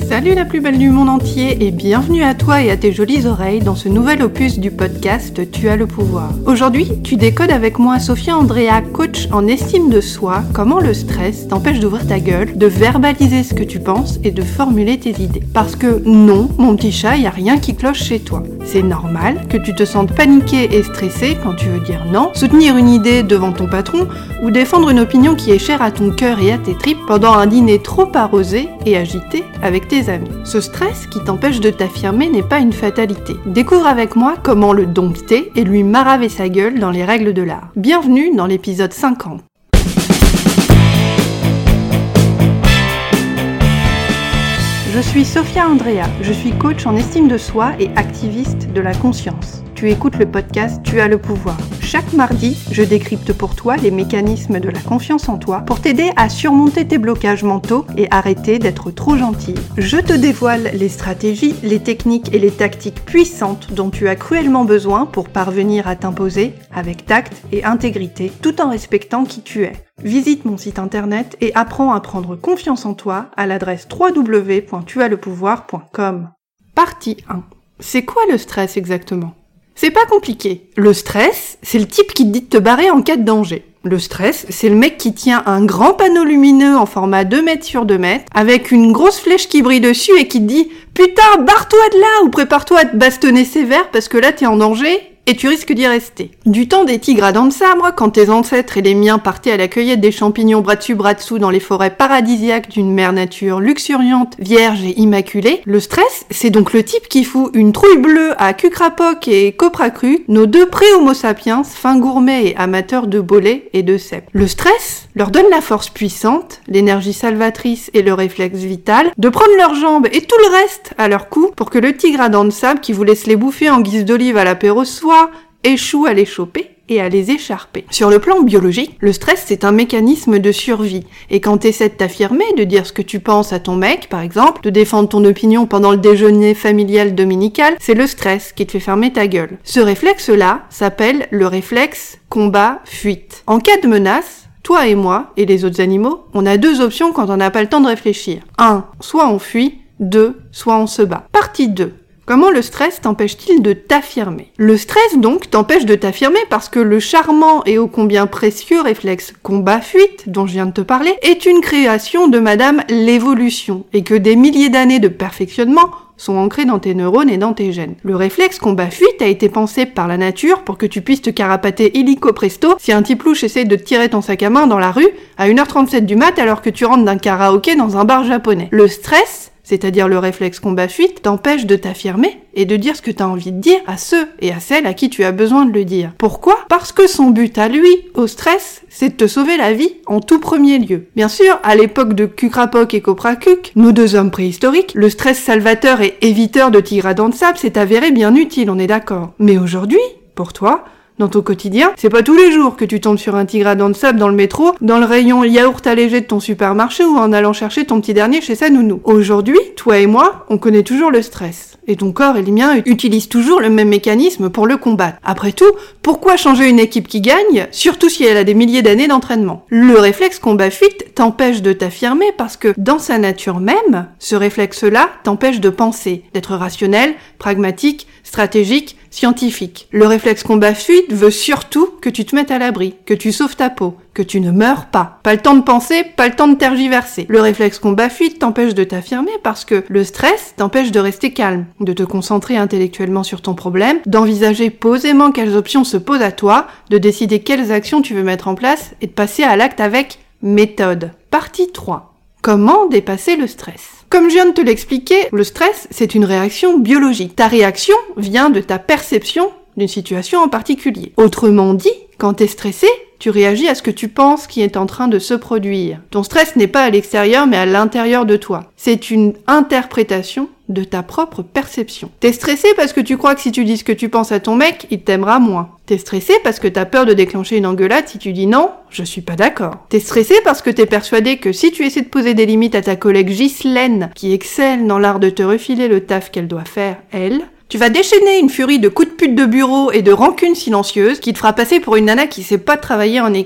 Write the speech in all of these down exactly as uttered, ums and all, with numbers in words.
Salut la plus belle du monde entier et bienvenue à toi et à tes jolies oreilles dans ce nouvel opus du podcast Tu as le pouvoir. Aujourd'hui, tu décodes avec moi Sophia Andrea, coach en estime de soi, comment le stress t'empêche d'ouvrir ta gueule, de verbaliser ce que tu penses et de formuler tes idées. Parce que non, mon petit chat, il n'y a rien qui cloche chez toi. C'est normal que tu te sentes paniqué et stressé quand tu veux dire non, soutenir une idée devant ton patron ou défendre une opinion qui est chère à ton cœur et à tes tripes pendant un dîner trop arrosé et agité avec tes amis. Ce stress qui t'empêche de t'affirmer n'est pas une fatalité. Découvre avec moi comment le dompter et lui maraver sa gueule dans les règles de l'art. Bienvenue dans l'épisode cinquante. Je suis Sophia Andrea, je suis coach en estime de soi et activiste de la conscience. Tu écoutes le podcast Tu as le pouvoir. Chaque mardi, je décrypte pour toi les mécanismes de la confiance en toi pour t'aider à surmonter tes blocages mentaux et arrêter d'être trop gentille. Je te dévoile les stratégies, les techniques et les tactiques puissantes dont tu as cruellement besoin pour parvenir à t'imposer avec tact et intégrité tout en respectant qui tu es. Visite mon site internet et apprends à prendre confiance en toi à l'adresse w w w point tu as le pouvoir point com. Partie un. C'est quoi le stress exactement ? C'est pas compliqué. Le stress, c'est le type qui te dit de te barrer en cas de danger. Le stress, c'est le mec qui tient un grand panneau lumineux en format deux mètres sur deux mètres, avec une grosse flèche qui brille dessus et qui te dit « Putain, barre-toi de là !» ou « Prépare-toi à te bastonner sévère parce que là t'es en danger !» et tu risques d'y rester. Du temps des tigres à dents de sabre, quand tes ancêtres et les miens partaient à la cueillette des champignons bras dessus bras dessous dans les forêts paradisiaques d'une mère nature luxuriante, vierge et immaculée, le stress, c'est donc le type qui fout une trouille bleue à Cucrapoc et Copracru, nos deux pré-homo sapiens, fins gourmets et amateurs de bolets et de cèpes. Le stress leur donne la force puissante, l'énergie salvatrice et le réflexe vital de prendre leurs jambes et tout le reste à leur cou pour que le tigre à dents de sable qui voulait se les bouffer en guise d'olive à l'apéro soir échoue à les choper et à les écharper. Sur le plan biologique, le stress c'est un mécanisme de survie. Et quand t'essaies de t'affirmer, de dire ce que tu penses à ton mec, par exemple, de défendre ton opinion pendant le déjeuner familial dominical, c'est le stress qui te fait fermer ta gueule. Ce réflexe-là s'appelle le réflexe combat-fuite. En cas de menace, toi et moi, et les autres animaux, on a deux options quand on n'a pas le temps de réfléchir. un. Soit on fuit. deux. Soit on se bat. Partie deux. Comment le stress t'empêche-t-il de t'affirmer ? Le stress, donc, t'empêche de t'affirmer parce que le charmant et ô combien précieux réflexe combat-fuite, dont je viens de te parler, est une création de Madame l'évolution, et que des milliers d'années de perfectionnement sont ancrés dans tes neurones et dans tes gènes. Le réflexe combat-fuite a été pensé par la nature pour que tu puisses te carapater illico presto si un petit louche essaie de te tirer ton sac à main dans la rue à une heure trente-sept du mat alors que tu rentres d'un karaoké dans un bar japonais. Le stress, c'est-à-dire le réflexe combat-fuite, t'empêche de t'affirmer et de dire ce que t'as envie de dire à ceux et à celles à qui tu as besoin de le dire. Pourquoi ? Parce que son but à lui, au stress, c'est de te sauver la vie en tout premier lieu. Bien sûr, à l'époque de Cucrapoc et Copracuc, nos deux hommes préhistoriques, le stress salvateur et éviteur de tigres à dents de sable s'est avéré bien utile, on est d'accord. Mais aujourd'hui, pour toi, dans ton quotidien, c'est pas tous les jours que tu tombes sur un tigre à dents de sable dans le métro, dans le rayon yaourt allégé de ton supermarché ou en allant chercher ton petit dernier chez sa nounou. Aujourd'hui, toi et moi, on connaît toujours le stress. Et ton corps et les miens utilisent toujours le même mécanisme pour le combattre. Après tout, pourquoi changer une équipe qui gagne, surtout si elle a des milliers d'années d'entraînement ? Le réflexe combat-fuite t'empêche de t'affirmer parce que, dans sa nature même, ce réflexe-là t'empêche de penser, d'être rationnel, pragmatique, stratégique, scientifique. Le réflexe combat-fuite veut surtout que tu te mettes à l'abri, que tu sauves ta peau, que tu ne meurs pas. Pas le temps de penser, pas le temps de tergiverser. Le réflexe combat-fuite t'empêche de t'affirmer parce que le stress t'empêche de rester calme, de te concentrer intellectuellement sur ton problème, d'envisager posément quelles options se posent à toi, de décider quelles actions tu veux mettre en place et de passer à l'acte avec méthode. Partie trois. Comment dépasser le stress ? Comme je viens de te l'expliquer, le stress, c'est une réaction biologique. Ta réaction vient de ta perception d'une situation en particulier. Autrement dit, quand t'es stressé, tu réagis à ce que tu penses qui est en train de se produire. Ton stress n'est pas à l'extérieur, mais à l'intérieur de toi. C'est une interprétation de ta propre perception. T'es stressé parce que tu crois que si tu dis ce que tu penses à ton mec, il t'aimera moins. T'es stressé parce que t'as peur de déclencher une engueulade si tu dis non, je suis pas d'accord. T'es stressé parce que t'es persuadé que si tu essaies de poser des limites à ta collègue Ghislaine, qui excelle dans l'art de te refiler le taf qu'elle doit faire, elle, tu vas déchaîner une furie de coups de pute de bureau et de rancune silencieuse qui te fera passer pour une nana qui sait pas travailler en équipe.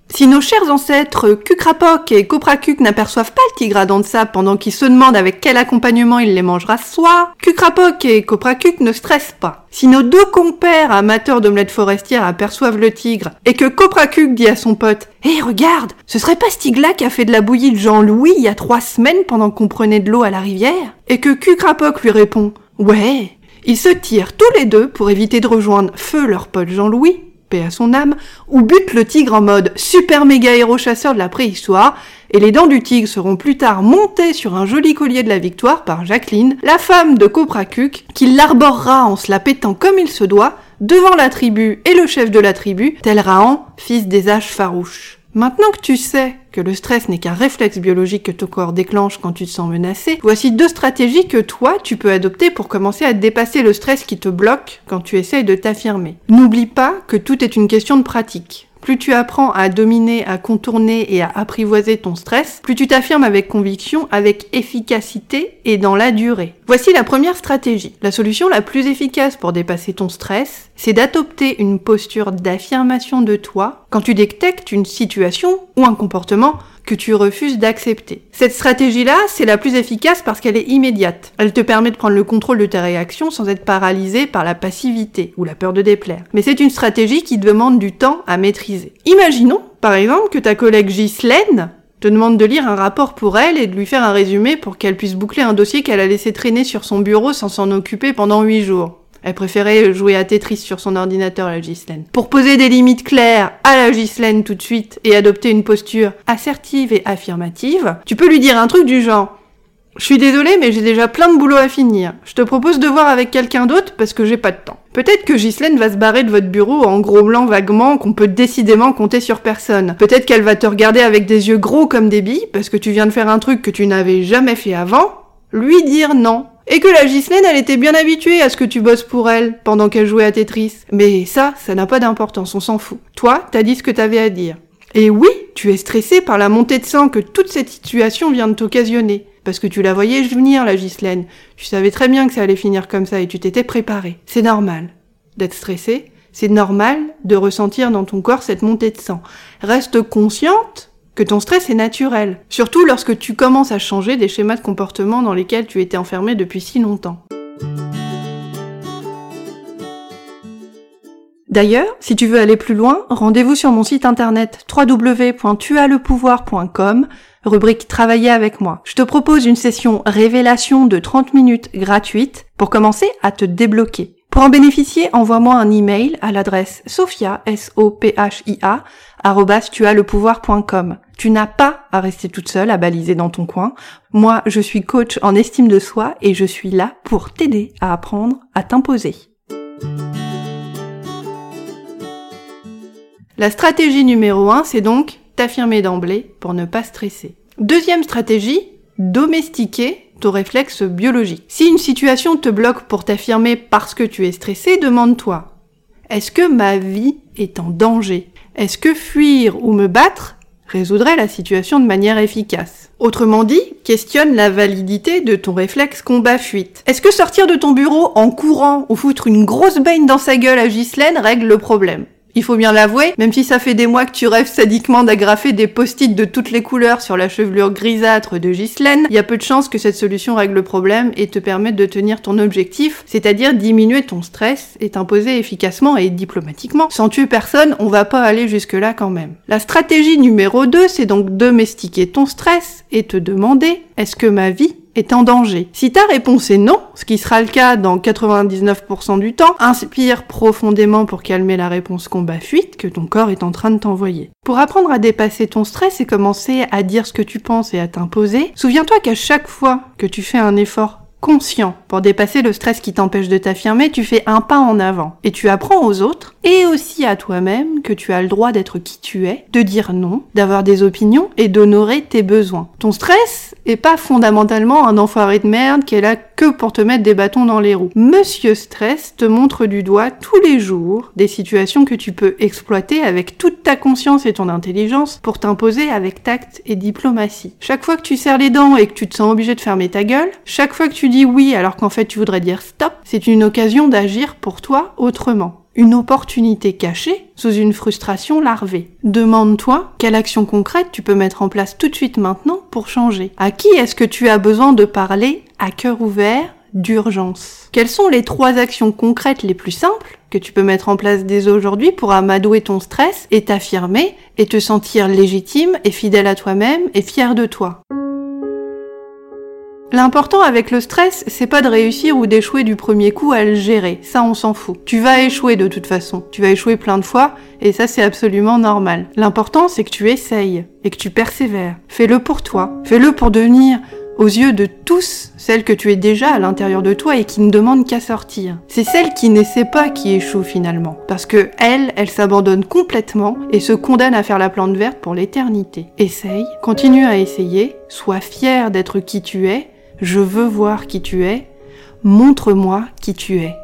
Si nos chers ancêtres Kukrapok et Koprakuk n'aperçoivent pas le tigre à dents de sable pendant qu'ils se demandent avec quel accompagnement il les mangera ce soir, Kukrapok et Koprakuk ne stressent pas. Si nos deux compères amateurs d'omelettes forestières aperçoivent le tigre et que Koprakuk dit à son pote « Hé, hey, regarde, ce serait pas ce tigre-là qui a fait de la bouillie de Jean-Louis il y a trois semaines pendant qu'on prenait de l'eau à la rivière ?» Et que Kukrapok lui répond « Ouais !» Ils se tirent tous les deux pour éviter de rejoindre feu leur pote Jean-Louis, paix à son âme, ou butent le tigre en mode super méga héros chasseur de la préhistoire, et les dents du tigre seront plus tard montées sur un joli collier de la victoire par Jacqueline, la femme de Koprakuk, qui l'arborera en se la pétant comme il se doit, devant la tribu et le chef de la tribu, tel Rahan, fils des âges farouches. Maintenant que tu sais que le stress n'est qu'un réflexe biologique que ton corps déclenche quand tu te sens menacé, voici deux stratégies que toi, tu peux adopter pour commencer à dépasser le stress qui te bloque quand tu essayes de t'affirmer. N'oublie pas que tout est une question de pratique. Plus tu apprends à dominer, à contourner et à apprivoiser ton stress, plus tu t'affirmes avec conviction, avec efficacité et dans la durée. Voici la première stratégie. La solution la plus efficace pour dépasser ton stress, c'est d'adopter une posture d'affirmation de toi quand tu détectes une situation ou un comportement que tu refuses d'accepter. Cette stratégie-là, c'est la plus efficace parce qu'elle est immédiate. Elle te permet de prendre le contrôle de tes réactions sans être paralysé par la passivité ou la peur de déplaire. Mais c'est une stratégie qui demande du temps à maîtriser. Imaginons, par exemple, que ta collègue Ghislaine te demande de lire un rapport pour elle et de lui faire un résumé pour qu'elle puisse boucler un dossier qu'elle a laissé traîner sur son bureau sans s'en occuper pendant huit jours. Elle préférait jouer à Tetris sur son ordinateur, la Ghislaine. Pour poser des limites claires à la Ghislaine tout de suite et adopter une posture assertive et affirmative, tu peux lui dire un truc du genre « Je suis désolée, mais j'ai déjà plein de boulot à finir. Je te propose de voir avec quelqu'un d'autre parce que j'ai pas de temps. » Peut-être que Ghislaine va se barrer de votre bureau en grommelant vaguement qu'on peut décidément compter sur personne. Peut-être qu'elle va te regarder avec des yeux gros comme des billes parce que tu viens de faire un truc que tu n'avais jamais fait avant, lui dire non. Et que la Ghislaine, elle était bien habituée à ce que tu bosses pour elle, pendant qu'elle jouait à Tetris. Mais ça, ça n'a pas d'importance, on s'en fout. Toi, t'as dit ce que t'avais à dire. Et oui, tu es stressé par la montée de sang que toute cette situation vient de t'occasionner. Parce que tu la voyais venir, la Ghislaine. Tu savais très bien que ça allait finir comme ça et tu t'étais préparé. C'est normal d'être stressé. C'est normal de ressentir dans ton corps cette montée de sang. Reste consciente que ton stress est naturel, surtout lorsque tu commences à changer des schémas de comportement dans lesquels tu étais enfermé depuis si longtemps. D'ailleurs, si tu veux aller plus loin, rendez-vous sur mon site internet w w w point tu as le pouvoir point com, rubrique Travailler avec moi. Je te propose une session révélation de trente minutes gratuite pour commencer à te débloquer. Pour en bénéficier, envoie-moi un email à l'adresse sophia, S O P H I A, arobase tu as le pouvoir point com. Tu n'as pas à rester toute seule à baliser dans ton coin. Moi, je suis coach en estime de soi et je suis là pour t'aider à apprendre à t'imposer. La stratégie numéro un, c'est donc t'affirmer d'emblée pour ne pas stresser. Deuxième stratégie, domestiquer ton réflexe biologique. Si une situation te bloque pour t'affirmer parce que tu es stressé, demande-toi, est-ce que ma vie est en danger ? Est-ce que fuir ou me battre résoudrait la situation de manière efficace ? Autrement dit, questionne la validité de ton réflexe combat-fuite. Est-ce que sortir de ton bureau en courant ou foutre une grosse baigne dans sa gueule à Ghislaine règle le problème ? Il faut bien l'avouer, même si ça fait des mois que tu rêves sadiquement d'agrafer des post-it de toutes les couleurs sur la chevelure grisâtre de Ghislaine, il y a peu de chances que cette solution règle le problème et te permette de tenir ton objectif, c'est-à-dire diminuer ton stress et t'imposer efficacement et diplomatiquement. Sans tuer personne, on va pas aller jusque-là quand même. La stratégie numéro deux, c'est donc domestiquer ton stress et te demander, est-ce que ma vie est en danger? Si ta réponse est non, ce qui sera le cas dans quatre-vingt-dix-neuf pour cent du temps, inspire profondément pour calmer la réponse combat-fuite que ton corps est en train de t'envoyer. Pour apprendre à dépasser ton stress et commencer à dire ce que tu penses et à t'imposer, souviens-toi qu'à chaque fois que tu fais un effort conscient pour dépasser le stress qui t'empêche de t'affirmer, tu fais un pas en avant et tu apprends aux autres et aussi à toi-même que tu as le droit d'être qui tu es, de dire non, d'avoir des opinions et d'honorer tes besoins. Ton stress est pas fondamentalement un enfoiré de merde qui est là que pour te mettre des bâtons dans les roues. Monsieur Stress te montre du doigt tous les jours des situations que tu peux exploiter avec toute ta conscience et ton intelligence pour t'imposer avec tact et diplomatie. Chaque fois que tu serres les dents et que tu te sens obligé de fermer ta gueule, chaque fois que tu dis oui alors qu'en fait tu voudrais dire stop, c'est une occasion d'agir pour toi autrement. une opportunité cachée sous une frustration larvée. Demande-toi quelle action concrète tu peux mettre en place tout de suite maintenant pour changer. À qui est-ce que tu as besoin de parler à cœur ouvert d'urgence? Quelles sont les trois actions concrètes les plus simples que tu peux mettre en place dès aujourd'hui pour amadouer ton stress et t'affirmer et te sentir légitime et fidèle à toi-même et fier de toi? L'important avec le stress, c'est pas de réussir ou d'échouer du premier coup à le gérer. Ça, on s'en fout. Tu vas échouer de toute façon. Tu vas échouer plein de fois et ça, c'est absolument normal. L'important, c'est que tu essayes et que tu persévères. Fais-le pour toi. Fais-le pour devenir, aux yeux de tous, celle que tu es déjà à l'intérieur de toi et qui ne demande qu'à sortir. C'est celle qui n'essaie pas qui échoue finalement. Parce que elle, elle s'abandonne complètement et se condamne à faire la plante verte pour l'éternité. Essaye, continue à essayer, sois fier d'être qui tu es. Je veux voir qui tu es. Montre-moi qui tu es.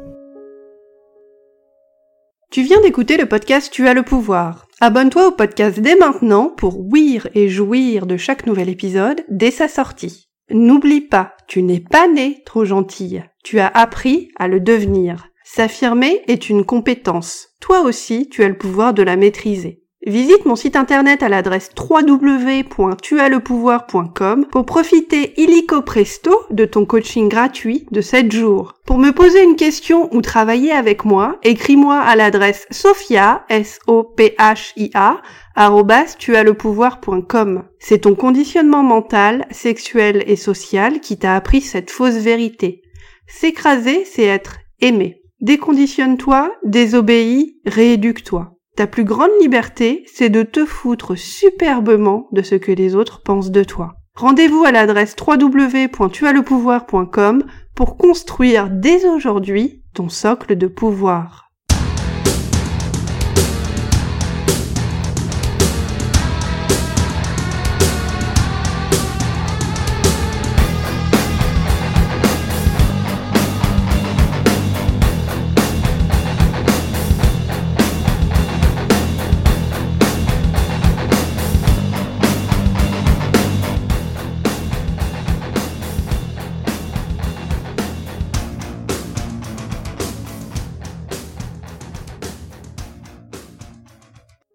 Tu viens d'écouter le podcast Tu as le pouvoir. Abonne-toi au podcast dès maintenant pour ouïr et jouir de chaque nouvel épisode dès sa sortie. N'oublie pas, tu n'es pas née trop gentille. Tu as appris à le devenir. S'affirmer est une compétence. Toi aussi, tu as le pouvoir de la maîtriser. Visite mon site internet à l'adresse w w w point tu as le pouvoir point com pour profiter illico presto de ton coaching gratuit de sept jours. Pour me poser une question ou travailler avec moi, écris-moi à l'adresse sophia, S O P H I A, arobase tu as le pouvoir point com. C'est ton conditionnement mental, sexuel et social qui t'a appris cette fausse vérité. S'écraser, c'est être aimé. Déconditionne-toi, désobéis, rééduque-toi. Ta plus grande liberté, c'est de te foutre superbement de ce que les autres pensent de toi. Rendez-vous à l'adresse w w w point tu as le pouvoir point com pour construire dès aujourd'hui ton socle de pouvoir.